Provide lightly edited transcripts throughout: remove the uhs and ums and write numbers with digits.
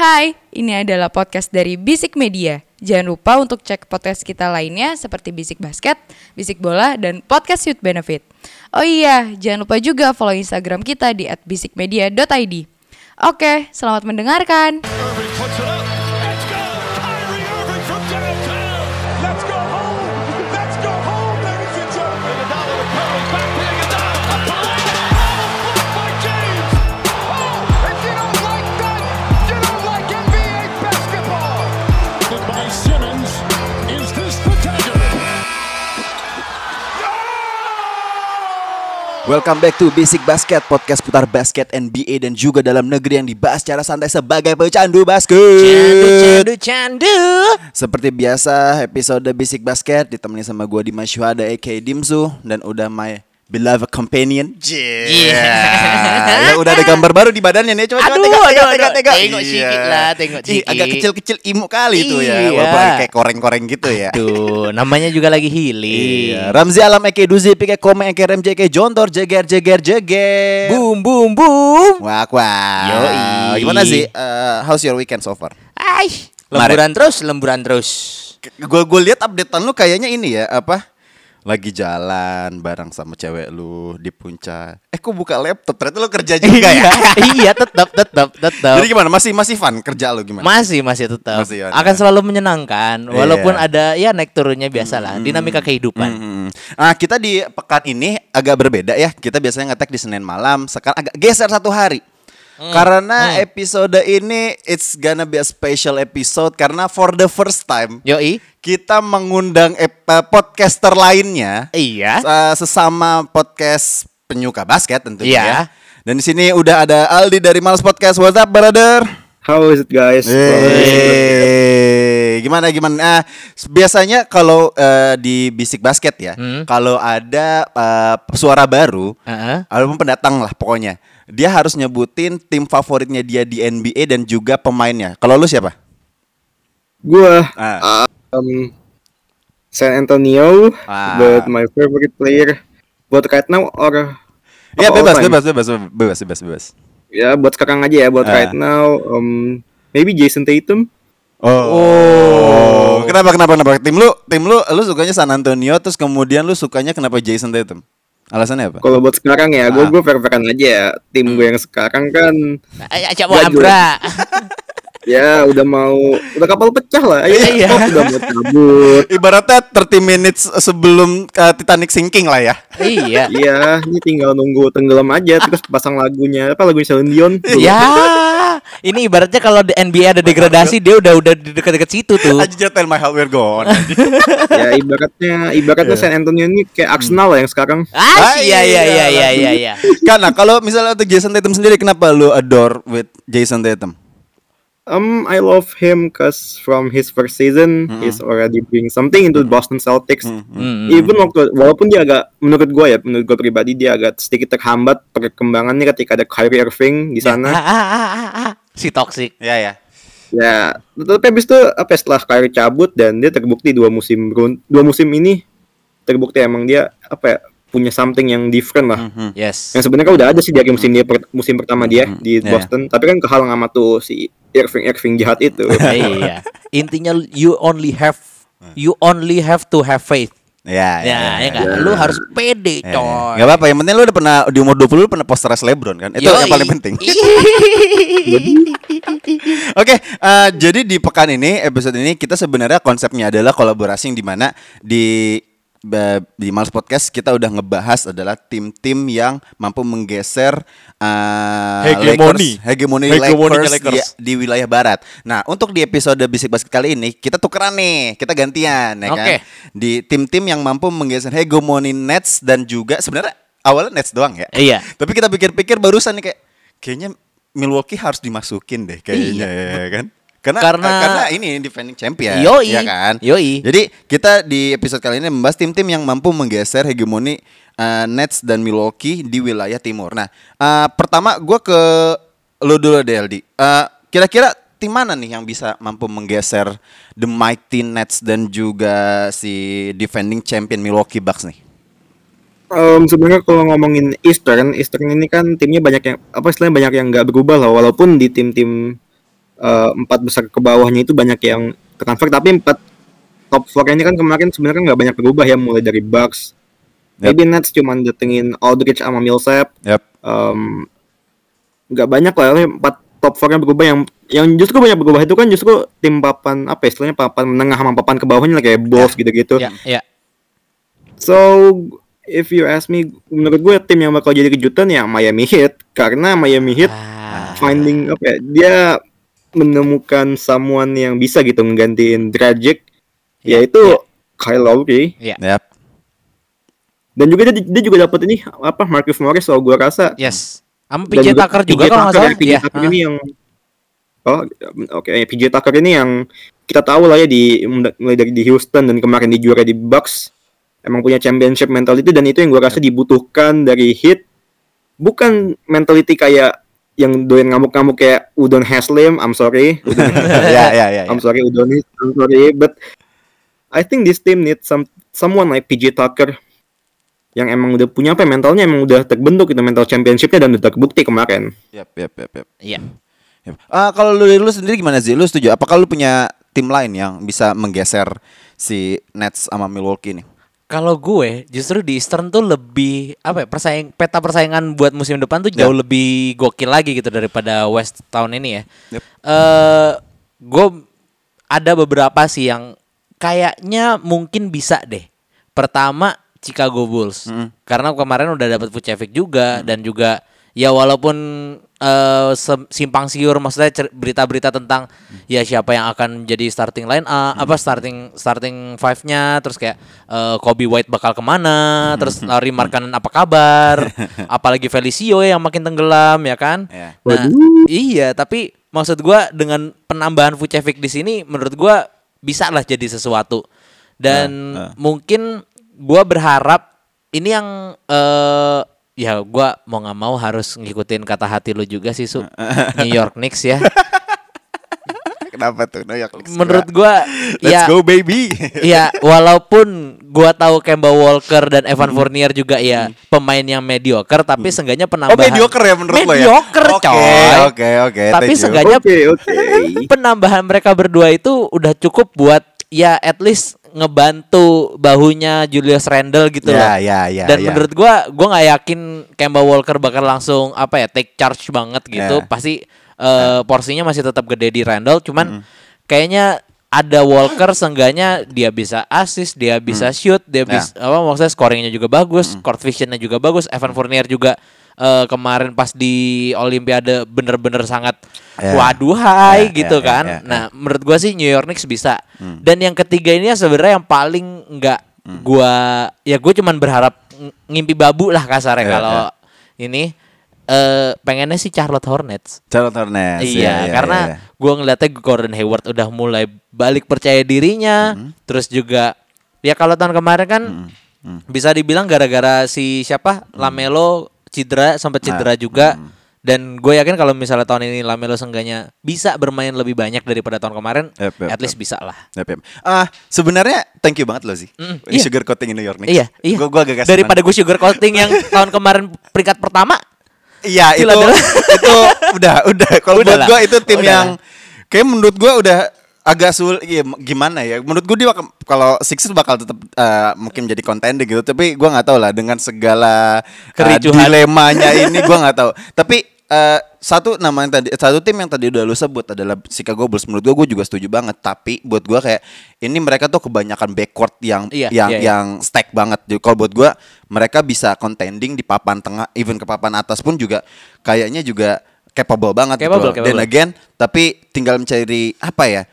Hai, ini adalah podcast dari Bisik Media. Jangan lupa untuk cek podcast kita lainnya seperti Bisik Basket, Bisik Bola, dan Podcast Youth Benefit. Oh iya, jangan lupa juga follow Instagram kita di @bisikmedia.id. Oke, selamat mendengarkan. Welcome back to Basic Basket, podcast putar basket NBA dan juga dalam negeri yang dibahas secara santai sebagai pecandu basket. Candu. Seperti biasa, episode Basic Basket ditemani sama gue Dimas Syuhada aka Dimsu dan udah my beloved companion. Ya udah ada gambar baru di badannya nih. Coba tengok. Tengok sedikit lah, tengok sedikit. Agak kecil-kecil imut kali itu ya. Iya. Walaupun kayak koreng-koreng gitu ya. Tuh, namanya juga lagi healing. Iya. Ramzi Alam aka Duzi aka Komeng aka Remj aka Jontor jeger. Boom boom boom. Wah. Yoi. Gimana sih? How's your weekend so far? Lemburan terus. Gue lihat updatean lu kayaknya ini ya apa? Lagi jalan bareng sama cewek lu di puncak. Kok buka laptop? Ternyata lu kerja juga ya? Iya, tetap. Jadi gimana? Masih fun kerja lu gimana? Masih tetap. Masih ada. Akan selalu menyenangkan walaupun ada ya naik turunnya biasalah, dinamika kehidupan. Nah, kita di pekan ini agak berbeda ya. Kita biasanya nge-tag di Senin malam, sekarang agak geser satu hari. Karena episode ini it's gonna be a special episode karena for the first time Yoi. kita mengundang podcaster lainnya. Iya. Sesama podcast penyuka basket tentunya. Iya. Ya. Dan di sini udah ada Aldi dari Males Podcast. What's up, brother? How is it, guys? Gimana? Biasanya kalau di Bisik Basket ya, kalau ada suara baru, ataupun pendatang lah pokoknya, dia harus nyebutin tim favoritnya dia di NBA dan juga pemainnya. Kalau lu siapa? Gua San Antonio, but my favorite player buat right now or Ya bebas. Ya buat sekarang aja ya, buat right now maybe Jason Tatum. Oh. Kenapa? Tim lu sukanya San Antonio, terus kemudian lu sukanya kenapa Jason Tatum? Alasannya apa? Kalau buat sekarang ya, gue fair-fairan aja ya. Tim gue yang sekarang kan Ajak Ambra. ya udah kapal pecah lah. Iya. Udah mau cabut. Ibaratnya 30 minutes sebelum Titanic sinking lah ya. Iya. Iya, ini tinggal nunggu tenggelam aja terus pasang lagunya. Apa lagunya Celine Dion? Ya, ini ibaratnya kalau di NBA ada degradasi, dia udah di dekat-dekat situ tuh. I just tell my heart we're gone. Ya ibaratnya San Antonio ini kayak Arsenal lah yang sekarang. Iya. Karena kalau misalnya untuk Jason Tatum sendiri, kenapa lu adore with Jason Tatum? I love him cause from his first season he's already bring something into Boston Celtics. Even walaupun dia agak menurut gue pribadi dia agak sedikit terhambat perkembangannya ketika ada Kyrie Irving di sana. Si toxic. Ya. Ya, tapi habis itu setelah Kyrie cabut dan dia terbukti dua musim ini terbukti emang dia punya something yang different lah. Yes. Yang sebenarnya udah ada sih dari musim pertama dia di Boston, tapi kan kehalang sama tuh si Irving jahat itu. Iya. Intinya you only have to have faith. Ya. Lu harus pede, coy. Gak apa-apa, yang penting lu udah pernah di umur 20 lu pernah posteras LeBron kan? Itu yang paling penting. Oke, jadi di pekan ini, episode ini kita sebenarnya konsepnya adalah kolaborasi yang dimana di Males Podcast kita udah ngebahas adalah tim-tim yang mampu menggeser hegemoni Lakers di wilayah barat. Nah, untuk di episode Bisik Basket kali ini kita tukeran nih, kita gantian ya kan. Di tim-tim yang mampu menggeser hegemoni Nets dan juga sebenarnya awalnya Nets doang ya. Iya. Tapi kita pikir-pikir barusan nih kayaknya Milwaukee harus dimasukin deh kayaknya ya kan. Karena ini defending champion, ya kan? Yoi. Jadi kita di episode kali ini membahas tim-tim yang mampu menggeser hegemoni Nets dan Milwaukee di wilayah timur. Nah, pertama gue ke lo dulu deh, Aldi. Kira-kira tim mana nih yang bisa mampu menggeser the mighty Nets dan juga si defending champion Milwaukee Bucks nih? Sebenarnya kalau ngomongin Eastern ini kan timnya banyak yang banyak yang nggak berubah lah, walaupun di tim-tim 4 besar ke bawahnya itu banyak yang transfer, tapi 4 top 4 ini kan kemarin sebenarnya nggak banyak berubah ya, mulai dari Bucks. Maybe Nets cuman datengin Aldridge sama Millsap. Nggak banyak lah, 4 top 4 yang berubah. Yang justru banyak berubah itu kan justru tim papan apa istilahnya, papan menengah sama papan ke bawahnya lah, kayak Bulls gitu-gitu. So if you ask me, menurut gue tim yang bakal jadi kejutan ya Miami Heat, karena Miami Heat finding apa ya, dia menemukan someone yang bisa gitu menggantiin Dragic, yaitu Kyle Lowry. Dan juga dia juga dapat ini apa, Marcus Morris, so gue rasa. Sama PJ Tucker juga kalau nggak salah. PJ Tucker ini yang PJ Tucker ini yang kita tahu lah ya, mulai dari di Houston dan kemarin di juara di Bucks, emang punya championship mentality, dan itu yang gue rasa dibutuhkan dari Heat. Bukan mentality kayak yang doyan ngamuk-ngamuk kayak Udon Haslem, I'm sorry. I'm sorry, but I think this team needs someone like PJ Tucker yang emang udah punya apa, mentalnya emang udah terbentuk gitu, mental championship-nya, dan udah terbukti kemarin. Kalau lu sendiri gimana sih? Lu setuju? Apakah lu punya tim lain yang bisa menggeser si Nets sama Milwaukee nih? Kalau gue justru di Eastern tuh lebih apa ya, peta persaingan buat musim depan tuh jauh lebih gokil lagi gitu daripada West tahun ini ya. Gue ada beberapa sih yang kayaknya mungkin bisa deh. Pertama Chicago Bulls, karena kemarin udah dapat Vucevic juga, dan juga ya walaupun simpang siur, maksudnya berita-berita tentang ya siapa yang akan jadi starting line starting five-nya, terus kayak Kobe White bakal kemana, terus Lauri Markkanen apa kabar, apalagi Felicio yang makin tenggelam ya kan. Nah, iya, tapi maksud gue dengan penambahan Vucevic di sini menurut gue bisa lah jadi sesuatu, dan mungkin gue berharap ini yang ya gue mau nggak mau harus ngikutin kata hati lu juga sih, New York Knicks ya. Kenapa tuh New York Knicks? Menurut gue let's go baby. Ya walaupun gue tahu Kemba Walker dan Evan Fournier juga ya pemain yang mediocre, tapi seenggaknya penambahan mediocre ya menurut lo ya? Mediocre coy. Oke. Tapi seenggaknya penambahan mereka berdua itu udah cukup buat ya at least ngebantu bahunya Julius Randle gitu loh. Dan menurut gua nggak yakin Kemba Walker bakal langsung apa ya take charge banget gitu. Pasti porsinya masih tetap gede di Randle, cuman kayaknya ada Walker seenggaknya dia bisa assist, dia bisa shoot, dia bisa maksudnya scoringnya juga bagus, court visionnya juga bagus. Evan Fournier juga kemarin pas di Olimpiade bener-bener sangat waduhai gitu kan. Nah menurut gue sih New York Knicks bisa. Dan yang ketiga ini sebenarnya yang paling nggak gue cuman berharap ngimpi babu lah kasarnya kalau ini pengennya sih Charlotte Hornets. Iya, karena gue ngeliatnya Gordon Hayward udah mulai balik percaya dirinya, terus juga ya kalau tahun kemarin kan bisa dibilang gara-gara si siapa LaMelo sempat cedera juga. Dan gue yakin kalau misalnya tahun ini LaMelo seenggaknya bisa bermain lebih banyak daripada tahun kemarin, at least bisa lah. Sebenarnya thank you banget lo sih. Sugar coating in New York nih. Iya. Gue agak daripada gue sugar coating yang tahun kemarin peringkat pertama. Iya, itu udah. Kalau buat gue itu tim yang kayak menurut gue udah agak sulit, gimana ya? Menurut gue dia kalau Sixers bakal tetap mungkin jadi contender gitu, tapi gue nggak tahu lah dengan segala dilemanya ini, gue nggak tahu. Tapi satu tim yang tadi udah lu sebut adalah Chicago Bulls. Menurut gue juga setuju banget. Tapi buat gue kayak ini mereka tuh kebanyakan backcourt yang stack banget. Jadi kalau buat gue mereka bisa contending di papan tengah, even ke papan atas pun juga kayaknya juga capable banget. Capable. Dan again, tapi tinggal mencari apa ya?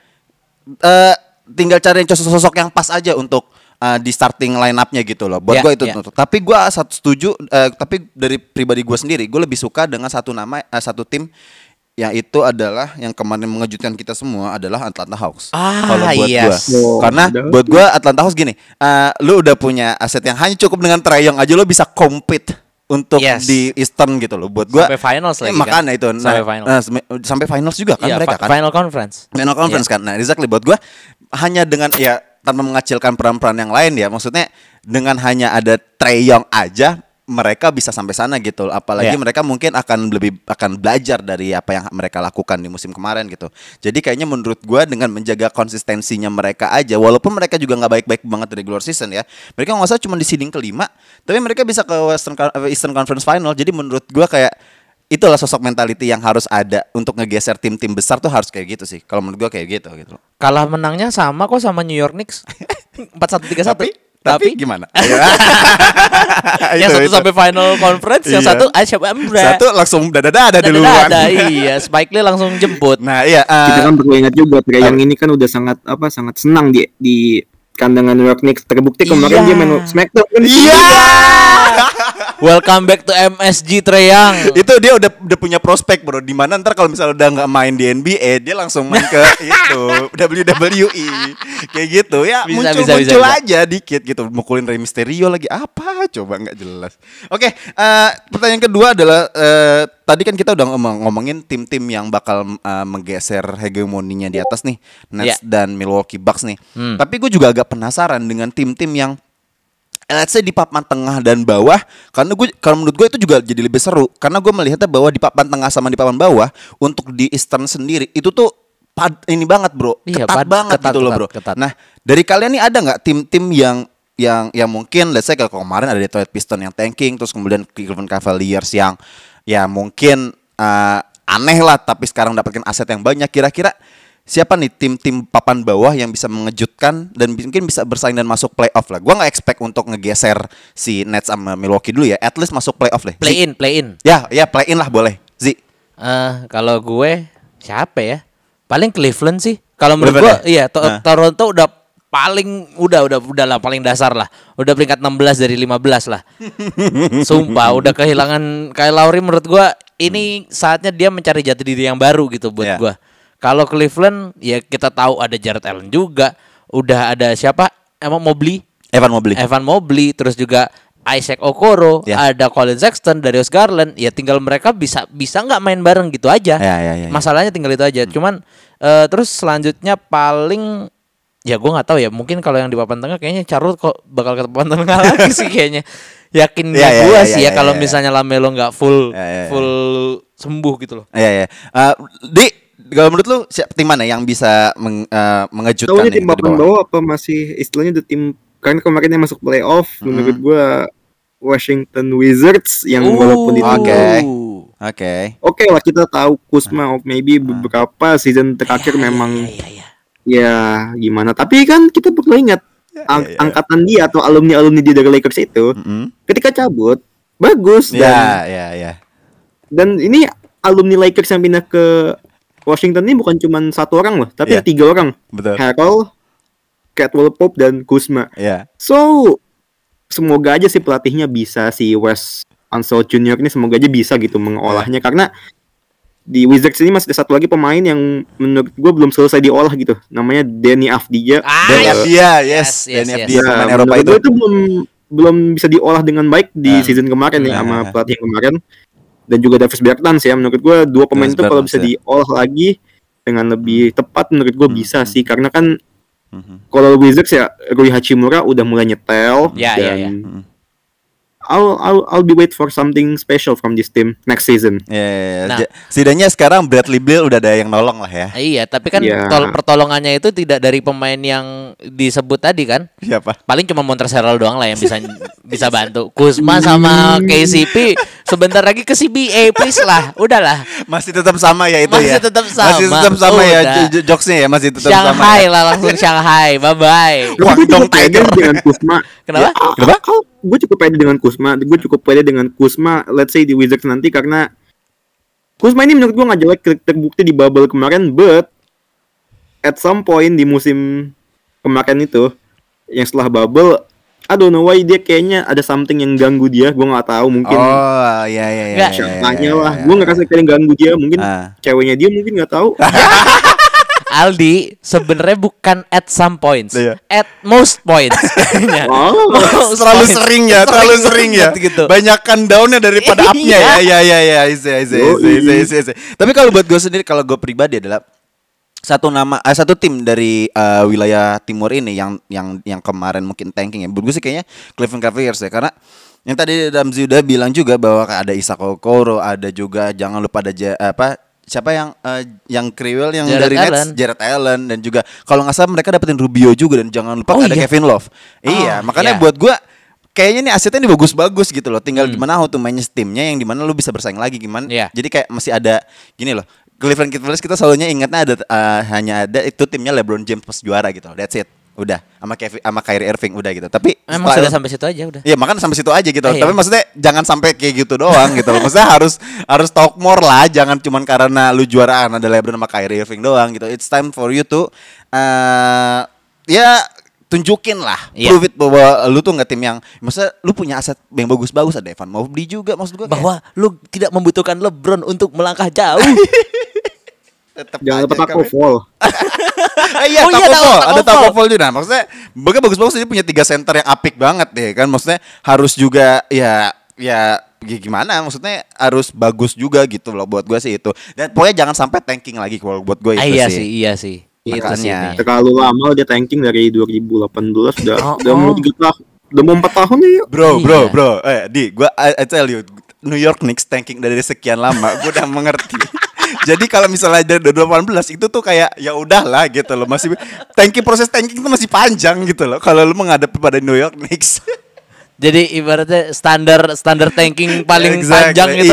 Tinggal cari sosok yang pas aja untuk di starting line up-nya gitu loh. Buat gue itu tapi gue setuju, tapi dari pribadi gue sendiri gue lebih suka dengan satu tim yang itu adalah yang kemarin mengejutkan kita semua adalah Atlanta Hawks. Kalau buat gue, karena buat gue Atlanta Hawks gini, lu udah punya aset yang hanya cukup dengan Trae Young aja lu bisa compete untuk di Eastern gitu loh. Buat gue sampai finals lagi makanya kan? Itu sampai finals juga kan mereka kan final conference kan. Nah exactly, buat gue hanya dengan tanpa mengecilkan peran-peran yang lain ya, maksudnya dengan hanya ada Trae Young aja mereka bisa sampai sana gitu. Apalagi mereka mungkin akan belajar dari apa yang mereka lakukan di musim kemarin gitu. Jadi kayaknya menurut gue dengan menjaga konsistensinya mereka aja, walaupun mereka juga nggak baik-baik banget di regular season ya, mereka nggak usah cuma di seeding kelima, tapi mereka bisa ke Eastern Conference Final. Jadi menurut gue kayak itulah sosok mentality yang harus ada untuk ngegeser tim-tim besar tuh harus kayak gitu sih. Kalau menurut gue kayak gitu. Kalah menangnya sama kok sama New York Knicks 4-1-3-1. Tapi gimana? Yang satu sampai final conference, yang satu satu langsung dada duluan. Iya, Spike Lee langsung jemput. Nah, iya. Kita kan perlu ingat juga Trae Young ini kan udah sangat senang di kandangan New York Knicks. Terbukti kemarin dia main Smackdown kan. Iya. Welcome back to MSG Trae Young. Itu dia udah punya prospek bro. Di mana ntar kalau misalnya udah nggak main di NBA, dia langsung main ke itu WWE kayak gitu ya. Muncul aja dikit gitu. Mukulin Rey Mysterio lagi apa? Coba nggak jelas. Oke, pertanyaan kedua adalah tadi kan kita udah ngomongin tim-tim yang bakal menggeser hegemoninya di atas nih, Nets dan Milwaukee Bucks nih. Tapi gue juga agak penasaran dengan tim-tim yang let's say di papan tengah dan bawah, karena kalau menurut gue itu juga jadi lebih seru, karena gue melihatnya bahwa di papan tengah sama di papan bawah untuk di Eastern sendiri itu tuh ini banget bro, ketat banget gitu loh bro. Nah dari kalian nih ada nggak tim-tim yang mungkin let's say kalau kemarin ada Detroit Pistons yang tanking, terus kemudian Cleveland Cavaliers yang ya mungkin aneh lah, tapi sekarang dapatkan aset yang banyak. Kira-kira siapa nih tim-tim papan bawah yang bisa mengejutkan dan mungkin bisa bersaing dan masuk playoff lah? Gua nggak expect untuk ngegeser si Nets sama Milwaukee dulu ya. At least masuk playoff deh. Play in. Ya play in lah boleh. Zi. Kalau gue siapa ya? Paling Cleveland sih. Kalau menurut gue iya Toronto udah paling udah lah paling dasar lah. Udah peringkat 16 dari 15 lah. Sumpah udah kehilangan Kyle Lowry. Menurut gue ini saatnya dia mencari jati diri yang baru gitu buat gue. Kalau Cleveland ya kita tahu ada Jared Allen juga, udah ada siapa? Evan Mobley, terus juga Isaac Okoro, ada Colin Sexton, Darius Garland. Ya tinggal mereka bisa nggak main bareng gitu aja. Masalahnya tinggal itu aja. Cuman terus selanjutnya paling ya gue nggak tahu ya. Mungkin kalau yang di papan tengah kayaknya Charlotte kok bakal ke papan tengah lagi sih kayaknya. Yakin gue sih ya kalau misalnya Lamelo nggak full sembuh gitu loh. Kalau menurut lu tim mana yang bisa mengejutkan? Tahu tim papan bawah apa masih istilahnya udah tim kan kemarin yang masuk playoff? Menurut gue Washington Wizards yang walaupun itu Oke lah kita tahu Kuzma maybe beberapa season terakhir memang ya gimana, tapi kan kita perlu ingat angkatan dia atau alumni dia dari Lakers itu ketika cabut bagus dan ini alumni Lakers yang pindah ke Washington ini bukan cuma satu orang loh, tapi 3 orang. Harrell, Caldwell Pope dan Kuzma. So semoga aja sih pelatihnya bisa, si Wes Unseld Jr. ini semoga aja bisa gitu mengolahnya, karena di Wizards ini masih ada satu lagi pemain yang menurut gue belum selesai diolah gitu, namanya Deni Avdija. Deni Avdija pemain Eropa itu belum bisa diolah dengan baik di season kemarin nih sama pelatih kemarin. Dan juga Davis Bertans ya, menurut gue dua pemain itu kalau bisa diolah lagi dengan lebih tepat menurut gue bisa sih, karena kan kalau Wizards ya Rui Hachimura udah mulai nyetel dan I'll be wait for something special from this team next season. Setidaknya sekarang Bradley Beal udah ada yang nolong lah ya. Iya, tapi kan pertolongannya itu tidak dari pemain yang disebut tadi kan. Siapa? Paling cuma Montrezl Harrell doang lah yang bisa bantu. Kuzma sama KCP sebentar lagi ke CBA, please lah. Udahlah. Masih tetap sama ya itu masih ya. Tetap sama. Masih tetap sama ya jokesnya ya, masih tetap sama. Shanghai lah, langsung Shanghai. Bye bye. Guangdong Tiger dengan Kuzma. Kenapa? Gue cukup pede dengan Kuzma. Let's say di Wizards nanti, karena Kuzma ini menurut gue nggak jelek, terbukti di bubble kemarin. But at some point di musim kemarin itu, yang setelah bubble, I don't know why dia kayaknya ada something yang ganggu dia. Gue nggak tahu, mungkin. Siapanya lah. Gue ngerasa kayak yang ganggu dia. Mungkin ceweknya dia mungkin nggak tahu. Aldi sebenarnya bukan at some points, at most points. Terlalu sering ya. Gitu. Banyakan downnya daripada upnya ya. Tapi kalau buat gue sendiri, kalau gue pribadi adalah satu tim dari wilayah timur ini yang kemarin mungkin tanking ya. Menurut gue sih kayaknya Cleveland Cavaliers ya, karena yang tadi Ramzi udah bilang juga bahwa ada Isaac Okoro, ada juga jangan lupa ada siapa yang Crewell yang Jared dari Allen. Nets, Jared Allen, dan juga kalau nggak salah mereka dapetin Rubio juga, dan jangan lupa ada Kevin Love. Iya, makanya buat gue kayaknya nih asetnya ini bagus-bagus gitu loh. Tinggal gimana how to manage timnya yang dimana lu bisa bersaing lagi gimana. Jadi kayak masih ada gini loh. Cleveland Cavaliers kita selalunya ingatnya ada hanya ada itu timnya LeBron James pas juara gitu. That's it. Udah sama Kyrie Irving udah gitu. Tapi emang sudah sampai situ aja udah. Iya, makanya sampai situ aja gitu. Tapi maksudnya jangan sampai kayak gitu doang gitu loh. Maksudnya harus talk more lah, jangan cuman karena lu juaraan ada LeBron sama Kyrie Irving doang gitu. It's time for you to tunjukin lah, prove it bahwa lu tuh nggak tim yang, maksudnya lu punya aset yang bagus-bagus, ada Evan Mobley juga, maksud gue bahwa lu tidak membutuhkan LeBron untuk melangkah jauh. Jangan lupa Taco Fall. Iya, Taco Fall, ada Taco Fall juga. Nah, maksudnya bagus-bagus dia punya 3 center yang apik banget deh kan, maksudnya harus juga ya gimana, maksudnya harus bagus juga gitu loh buat gue sih itu. Dan pokoknya jangan sampai tanking lagi kalau buat gue itu sih. Iya sih. Makanya terlalu lama dia tanking dari 2018 udah mau 3 tahun, udah mau 4 tahun nih. Bro. I tell you, New York Knicks tanking dari sekian lama, gue udah mengerti. Jadi kalau misalnya dari 2018 itu tuh kayak ya udahlah gitu loh, masih proses tanking itu masih panjang gitu loh kalau lu menghadapi pada New York Knicks. Jadi ibaratnya standar tanking paling panjang itu.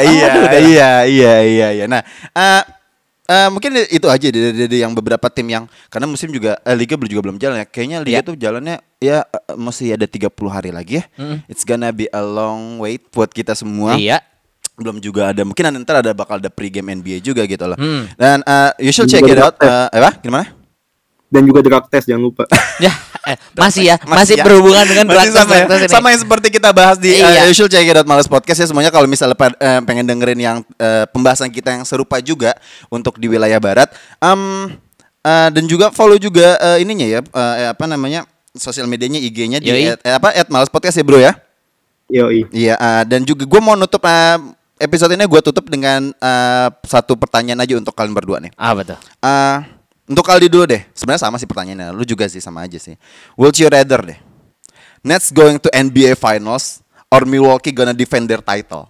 Iya. Nah, mungkin itu aja dari yang beberapa tim yang karena musim juga liga juga belum jalan ya. Kayaknya liga tuh jalannya ya masih ada 30 hari lagi ya. It's gonna be a long wait buat kita semua. Iya. Belum juga ada, mungkin nanti bakal ada pre-game NBA juga gitu loh. Dan you should check it out. Gimana? Dan juga drug test jangan lupa. masih berhubungan dengan drug test ini. Sama yang seperti kita bahas di You should check it out Males Podcast ya semuanya. Kalau misalnya pengen dengerin yang pembahasan kita yang serupa juga untuk di wilayah barat, dan juga follow juga ininya ya, sosial medianya, IG-nya di @Males Podcast ya bro ya. Yoi. Iya, dan juga gue mau nutup episode ini, gue tutup dengan satu pertanyaan aja untuk kalian berdua nih. Betul. Untuk Aldi dulu deh. Sebenarnya sama sih pertanyaannya. Lu juga sih sama aja sih. Would you rather deh, Nets going to NBA Finals or Milwaukee gonna defend their title?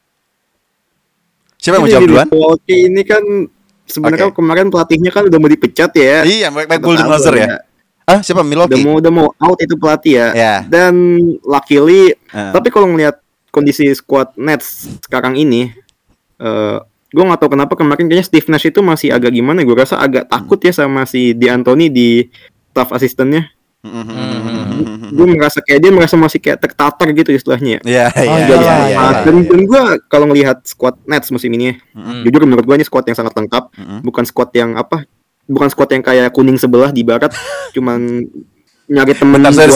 Siapa yang mau jawab duluan? Milwaukee ini kan sebenarnya kemarin pelatihnya kan udah mau dipecat ya. Iya, Mike Budenholzer ya. Siapa Milwaukee? Udah mau out itu pelatih ya. Dan luckily, tapi kalau ngelihat kondisi squad Nets sekarang ini, gue nggak tahu kenapa kemarin kayaknya Steve Nash itu masih agak gimana. Gue rasa agak takut ya sama si D'Antoni di staff asistennya. Gue merasa kayak dia masih kayak tertatar gitu istilahnya. Iya. Dan gue kalau ngelihat squad Nets musim ini, jujur menurut gue ini squad yang sangat lengkap. Bukan squad yang kayak kuning sebelah di barat, cuman nyari temen.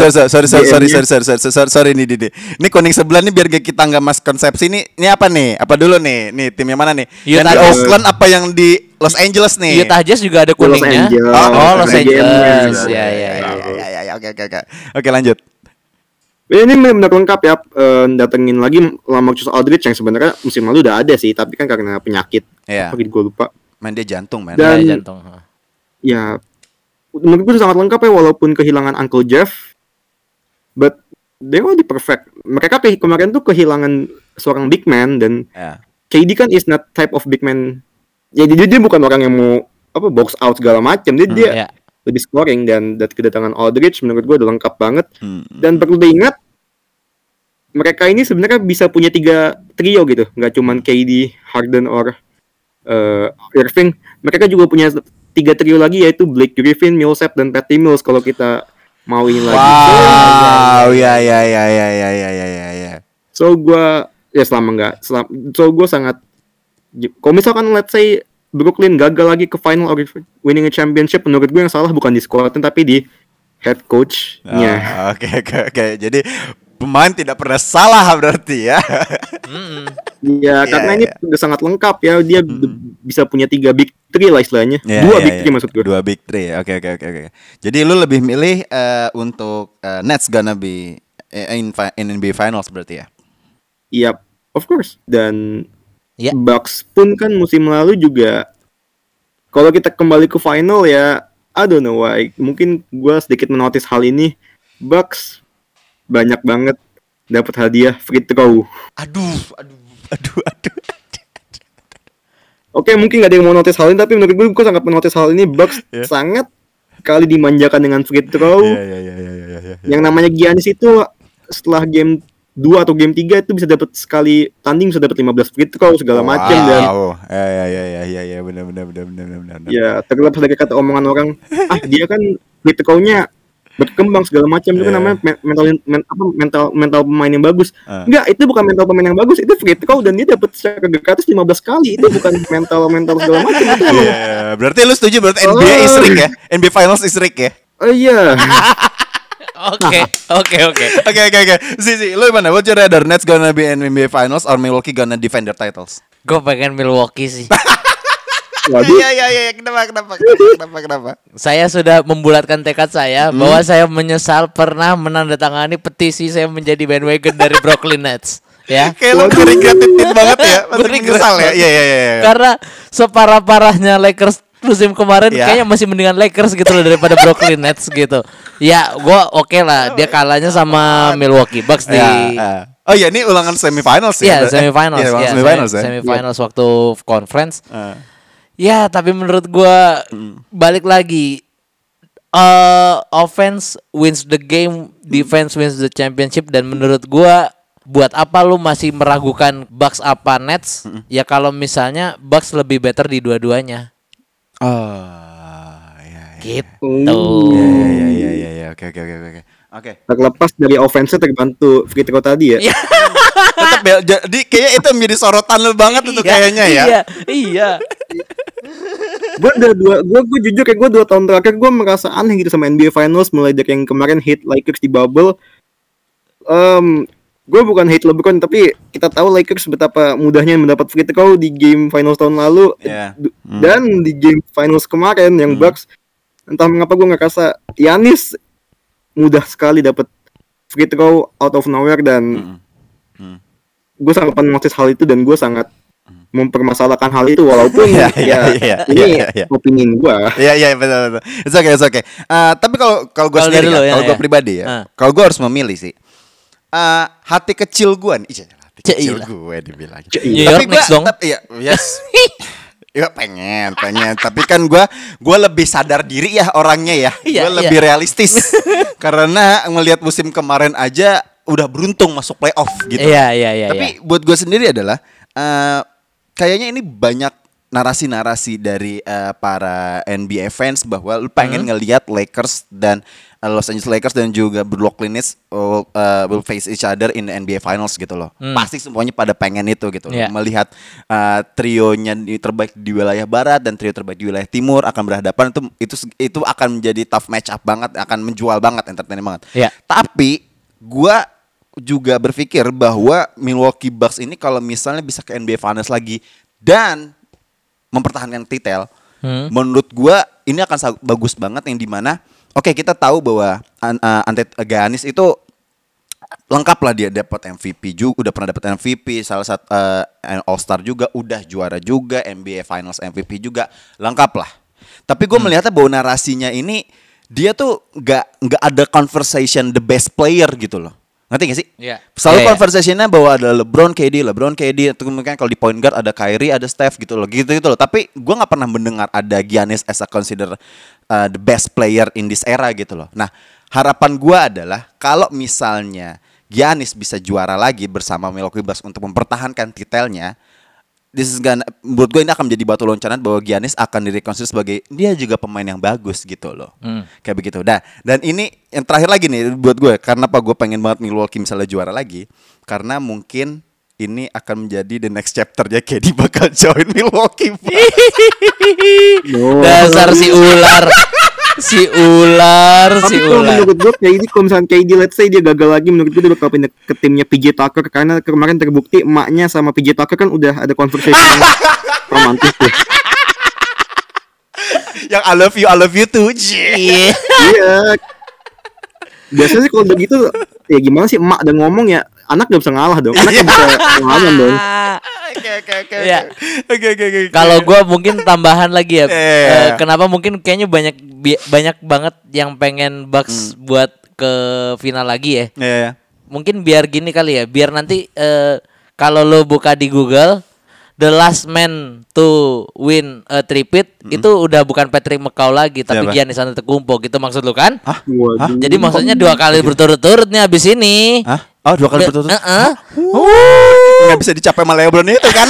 Sorry nih Didi. Ini kuning sebelah nih biar kita nggak miskonsepsi nih. Ini apa nih? Apa dulu nih? Nih tim yang mana nih? Yang di Oakland apa yang di Los Angeles nih? Utah Jazz juga ada kuningnya. Los Angeles. Ya. Oke, lanjut. Ini benar lengkap ya. Datengin lagi LaMarcus Aldridge yang sebenarnya musim lalu udah ada sih, tapi kan karena penyakit. Apa gitu gue lupa. Main dia jantung, man. Dan jantung. Ya, menurut gue sangat lengkap ya, walaupun kehilangan Uncle Jeff, but they already perfect. Mereka kemarin tuh kehilangan seorang big man, dan KD kan is not type of big man. Jadi dia bukan orang yang mau box out segala macam. Dia lebih scoring, dan kedatangan Aldridge menurut gue udah lengkap banget. Dan perlu diingat, mereka ini sebenarnya bisa punya 3 trio gitu, nggak cuman KD, Harden, or Irving. Mereka juga punya 3 trio lagi, yaitu Blake Griffin, Millsap, dan Patty Mills kalau kita mau ini lagi. Ya. So gue sangat, kalau misalkan let's say Brooklyn gagal lagi ke final or winning a championship, menurut gue yang salah bukan di squad tapi di head coach-nya. Oke. Jadi pemain tidak pernah salah berarti ya. Iya, karena ini udah sangat lengkap ya. Dia bisa punya 3 big 3 lah istilahnya. 2 big 3 maksud gue. 2 big 3. Oke. Jadi lu lebih milih untuk Nets gonna be in NBA Finals berarti ya? Iya, of course. Dan Bucks pun kan musim lalu juga Kalau kita kembali ke final ya, I don't know why. Mungkin gue sedikit menotis hal ini. Bucks banyak banget dapat hadiah free throw. Aduh. Oke, mungkin gak ada yang mau notice hal ini, tapi menurut gue sangat menotis hal ini. Bucks sangat kali dimanjakan dengan free throw. Yang namanya Giannis itu setelah game 2 atau game 3 itu bisa dapat sekali tanding bisa dapat 15 free throw segala macam dan ya benar. Ya, terlepas dari kata omongan orang, dia kan free throw-nya berkembang segala macam itu kan namanya mental pemain yang bagus. Enggak, itu bukan mental pemain yang bagus, itu free throw dan dia dapat secara gratis 15 kali. Itu bukan mental segala macam itu. Berarti lu setuju berarti NBA is rigged ya? NBA Finals is rigged ya? Oh iya. Oke. Si, lu gimana? What's your rather? Nets gonna be in NBA Finals or Milwaukee gonna defend their titles? Gue pengen Milwaukee sih. Iya. Kenapa? Saya sudah membulatkan tekad saya bahwa saya menyesal pernah menandatangani petisi saya menjadi bandwagon dari Brooklyn Nets. Ya. Kayak lu regretted banget ya. Masih menyesal ya. Iya. Karena separah-parahnya Lakers musim kemarin kayaknya masih mendingan Lakers gitu loh daripada Brooklyn Nets gitu. Ya, gua oke lah dia kalahnya sama Milwaukee Bucks di Oh ya, ini ulangan semifinals ya. Iya, semifinals waktu conference. Ya, tapi menurut gua balik lagi offense wins the game, defense wins the championship, dan menurut gua buat apa lu masih meragukan Bucks apa Nets? Ya kalau misalnya Bucks lebih better di dua-duanya. Gitu. Iya. Oke. Terlepas dari offense terbantu free throw tadi ya. Tetap ya, jadi kayaknya itu menjadi sorotan lu banget itu kayaknya ya. Iya. Gue jujur kayak gue 2 tahun terakhir gue merasa aneh gitu sama NBA Finals, mulai dari yang kemarin hit Lakers di bubble. Gue bukan hate LeBron, tapi kita tahu Lakers betapa mudahnya mendapat free throw di game finals tahun lalu dan di game finals kemarin yang Bucks, entah mengapa gue ngerasa Giannis mudah sekali dapat free throw out of nowhere dan gue sangat menotis hal itu dan gue sangat mempermasalahkan hal itu walaupun ini opini gue. Iya betul. It's okay. Tapi kalau gue sendiri kalau gue pribadi ya, kalau gue harus memilih sih. Hati kecil gue nih, hati kecil gue dibilang. Tapi gue, ya pengen. Tapi kan gue lebih sadar diri ya orangnya ya. Gue lebih realistis karena ngelihat musim kemarin aja udah beruntung masuk playoff gitu. Iya. Tapi buat gue sendiri adalah kayaknya ini banyak narasi-narasi dari para NBA fans bahwa lu pengen ngelihat Lakers dan Los Angeles Lakers dan juga Brooklyn Nets will face each other in the NBA Finals gitu loh. Pasti semuanya pada pengen itu gitu loh. Melihat trionya terbaik di wilayah barat dan trio terbaik di wilayah timur akan berhadapan, itu akan menjadi tough match up banget, akan menjual banget, entertaining banget. Tapi gua juga berpikir bahwa Milwaukee Bucks ini kalau misalnya bisa ke NBA Finals lagi dan mempertahankan titel, menurut gua ini akan bagus banget, yang dimana kita tahu bahwa Giannis itu lengkap lah, dia dapat MVP juga, udah pernah dapat MVP, salah satu All Star juga, udah juara juga, NBA Finals MVP juga, lengkap lah. Tapi gue melihatnya bahwa narasinya ini dia tuh nggak ada conversation the best player gitu loh. Ngerti gak sih? Selalu conversationnya bahwa ada LeBron KD, atau mungkin kalau di point guard ada Kyrie, ada Steph gitu loh. Tapi gue nggak pernah mendengar ada Giannis as a consider the best player in this era gitu loh. Nah, harapan gue adalah kalau misalnya Giannis bisa juara lagi bersama Milwaukee Bucks untuk mempertahankan titelnya, menurut gue ini akan menjadi batu loncatan bahwa Giannis akan direkonsiliasi sebagai dia juga pemain yang bagus gitu loh. Kayak begitu. Nah, dan ini yang terakhir lagi nih buat gue, karena gue pengen banget Milwaukee misalnya juara lagi, karena mungkin ini akan menjadi the next chapter ya, KD bakal join Milwaukee. Dasar si ular. Tapi kalau menurut gue KD, kalau misalnya KD let's say dia gagal lagi, menurut gue dia bakal pindah ke timnya PJ Tucker, karena kemarin terbukti emaknya sama PJ Tucker kan udah ada conversation romantis tuh. Yang I love you too. Iya. Biasanya sih kalau begitu ya gimana sih, emak udah ngomong ya anak gak bisa ngalah dong. Anak gak bisa ngelawan dong. Oke. Kalau gue mungkin tambahan lagi ya. Kenapa mungkin kayaknya banyak banget yang pengen Bucks buat ke final lagi ya. Mungkin biar gini kali ya, biar nanti kalau lo buka di Google the last man to win a three-peat itu udah bukan Patrick McCaw lagi, tapi Giannis Antetokounmpo gitu maksud lu kan? Hah? Jadi maksudnya 2 kali berturut-turut nih abis ini. Hah? Oh 2 kali berturut-turut? Nggak bisa dicapai sama LeBron itu kan?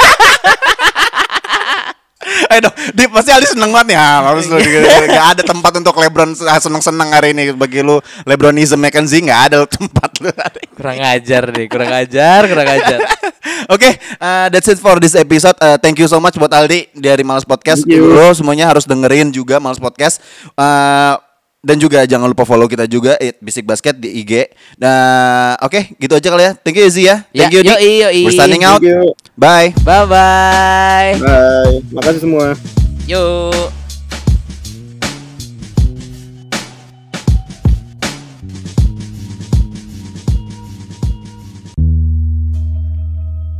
Ayo dong, pasti Ali seneng banget ya. Harus lu gak ada tempat untuk LeBron seneng-seneng hari ini. Bagi lu LeBronism McKenzie gak ada tempat lu. Kurang ajar. Oke, that's it for this episode. Thank you so much buat Aldi dari Males Podcast. Bro, semuanya harus dengerin juga Males Podcast. Dan juga jangan lupa follow kita juga Bisik Basket di IG. Nah, oke, gitu aja kali ya. Thank you Izzy ya. Thank you Di. We're signing out. Bye. Bye. Makasih semua. Yuk.